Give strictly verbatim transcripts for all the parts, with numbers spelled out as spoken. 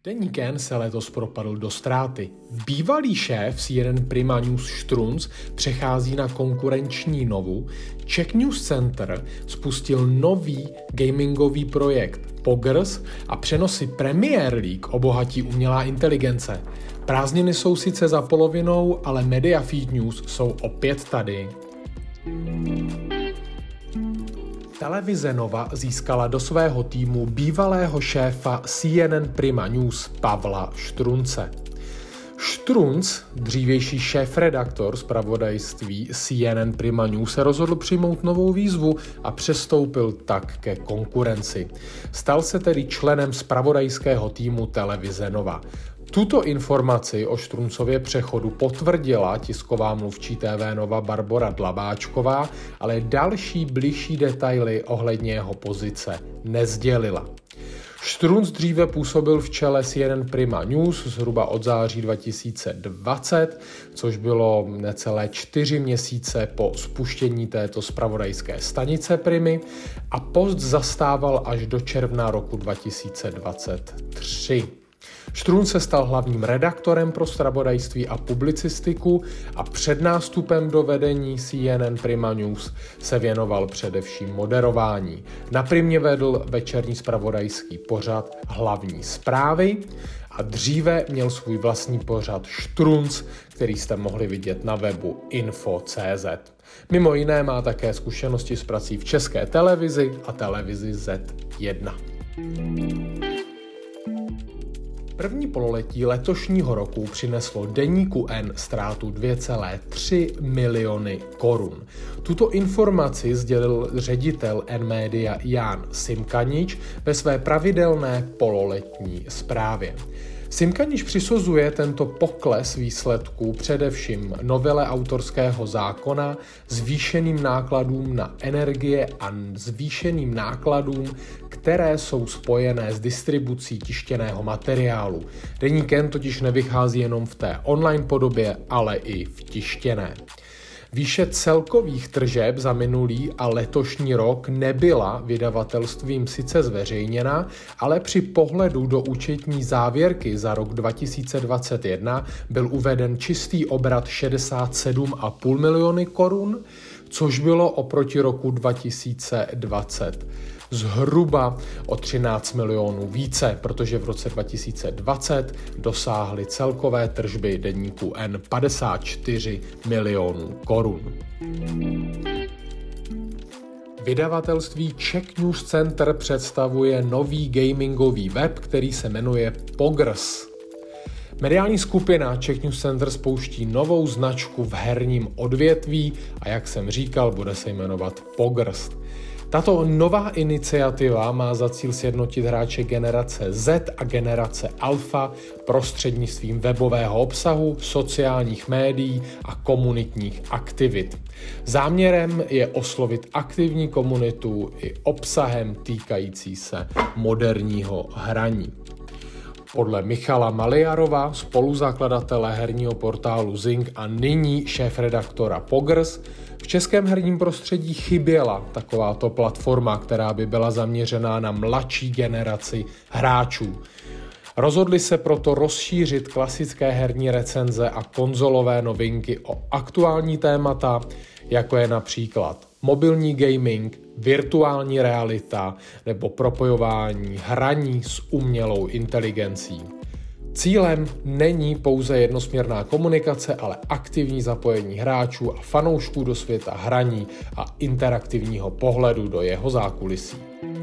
Deník N se letos propadl do ztráty. Bývalý šéf C N N Prima News Strunz přechází na konkurenční Novu. Czech News Center spustil nový gamingový projekt Poggers a přenosy Premier League obohatí umělá inteligence. Prázdniny jsou sice za polovinou, ale Media Feed News jsou opět tady. Televize Nova získala do svého týmu bývalého šéfa C N N Prima News Pavla Strunze. Strunz, dřívější šéfredaktor zpravodajství C N N Prima News, se rozhodl přijmout novou výzvu a přestoupil tak ke konkurenci. Stal se tedy členem zpravodajského týmu Televize Nova. Tuto informaci o Strunzově přechodu potvrdila tisková mluvčí T V Nova Barbora Dlabáčková, ale další bližší detaily ohledně jeho pozice nezdělila. Strunz dříve působil v čele C N N Prima News zhruba od září dva tisíce dvacet, což bylo necelé čtyři měsíce po spuštění této zpravodajské stanice Primy, a post zastával až do června roku dva tisíce dvacet tři. Strunz se stal hlavním redaktorem pro zpravodajství a publicistiku a před nástupem do vedení C N N Prima News se věnoval především moderování. Na Primě vedl večerní zpravodajský pořad Hlavní zprávy a dříve měl svůj vlastní pořad Strunz, který jste mohli vidět na webu info tečka cé zet. Mimo jiné má také zkušenosti s prací v České televizi a televizi Z jedna. První pololetí letošního roku přineslo Deníku N ztrátu dvě celé tři miliony korun. Tuto informaci sdělil ředitel N-Media Jan Simkanič ve své pravidelné pololetní zprávě. Simkanič přisuzuje tento pokles výsledků především novele autorského zákona, zvýšeným nákladům na energie a zvýšeným nákladům, které jsou spojené s distribucí tištěného materiálu. Deník N totiž nevychází jenom v té online podobě, ale i v tištěné. Výše celkových tržeb za minulý a letošní rok nebyla vydavatelstvím sice zveřejněna, ale při pohledu do účetní závěrky za rok dva tisíce dvacet jedna byl uveden čistý obrat šedesát sedm celá pět miliony korun, což bylo oproti roku dva tisíce dvacet zhruba o třináct milionů více, protože v roce dva tisíce dvacet dosáhly celkové tržby Deníku N padesát čtyři milionů korun. Vydavatelství Czech News Center představuje nový gamingový web, který se jmenuje Poggers. Mediální skupina Czech News Center spouští novou značku v herním odvětví a jak jsem říkal, bude se jmenovat Poggers. Tato nová iniciativa má za cíl sjednotit hráče generace Z a generace Alpha prostřednictvím webového obsahu, sociálních médií a komunitních aktivit. Záměrem je oslovit aktivní komunitu i obsahem týkající se moderního hraní. Podle Michala Maliarova, spoluzakladatele herního portálu Zing a nyní šéfredaktora Poggers, v českém herním prostředí chyběla takováto platforma, která by byla zaměřená na mladší generaci hráčů. Rozhodli se proto rozšířit klasické herní recenze a konzolové novinky o aktuální témata, jako je například mobilní gaming, virtuální realita nebo propojování hraní s umělou inteligencí. Cílem není pouze jednosměrná komunikace, ale aktivní zapojení hráčů a fanoušků do světa hraní a interaktivního pohledu do jeho zákulisí.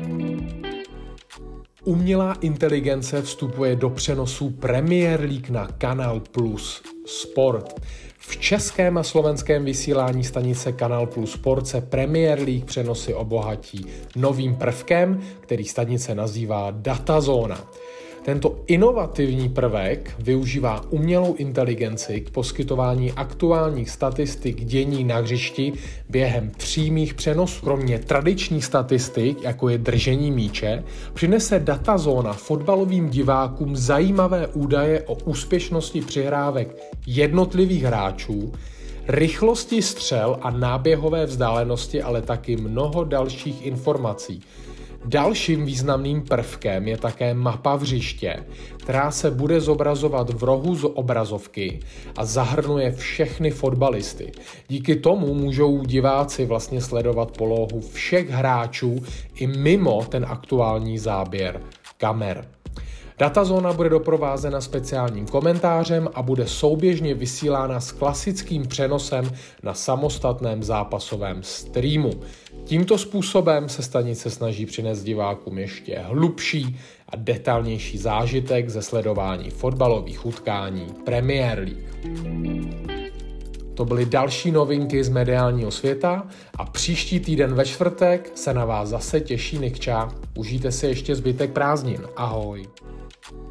Umělá inteligence vstupuje do přenosů Premier League na Kanal Plus Sport. V českém a slovenském vysílání stanice Kanal Plus Sport se Premier League přenosy obohatí novým prvkem, který stanice nazývá Datazóna. Tento inovativní prvek využívá umělou inteligenci k poskytování aktuálních statistik dění na hřišti během přímých přenosů. Kromě tradičních statistik, jako je držení míče, přinese Datazóna fotbalovým divákům zajímavé údaje o úspěšnosti přihrávek jednotlivých hráčů, rychlosti střel a náběhové vzdálenosti, ale taky mnoho dalších informací. Dalším významným prvkem je také mapa hřiště, která se bude zobrazovat v rohu z obrazovky a zahrnuje všechny fotbalisty. Díky tomu můžou diváci vlastně sledovat polohu všech hráčů i mimo ten aktuální záběr kamer. Datazóna bude doprovázena speciálním komentářem a bude souběžně vysílána s klasickým přenosem na samostatném zápasovém streamu. Tímto způsobem se stanice snaží přinést divákům ještě hlubší a detailnější zážitek ze sledování fotbalových utkání Premier League. To byly další novinky z mediálního světa a příští týden ve čtvrtek se na vás zase těší Nikča. Užijte si ještě zbytek prázdnin. Ahoj.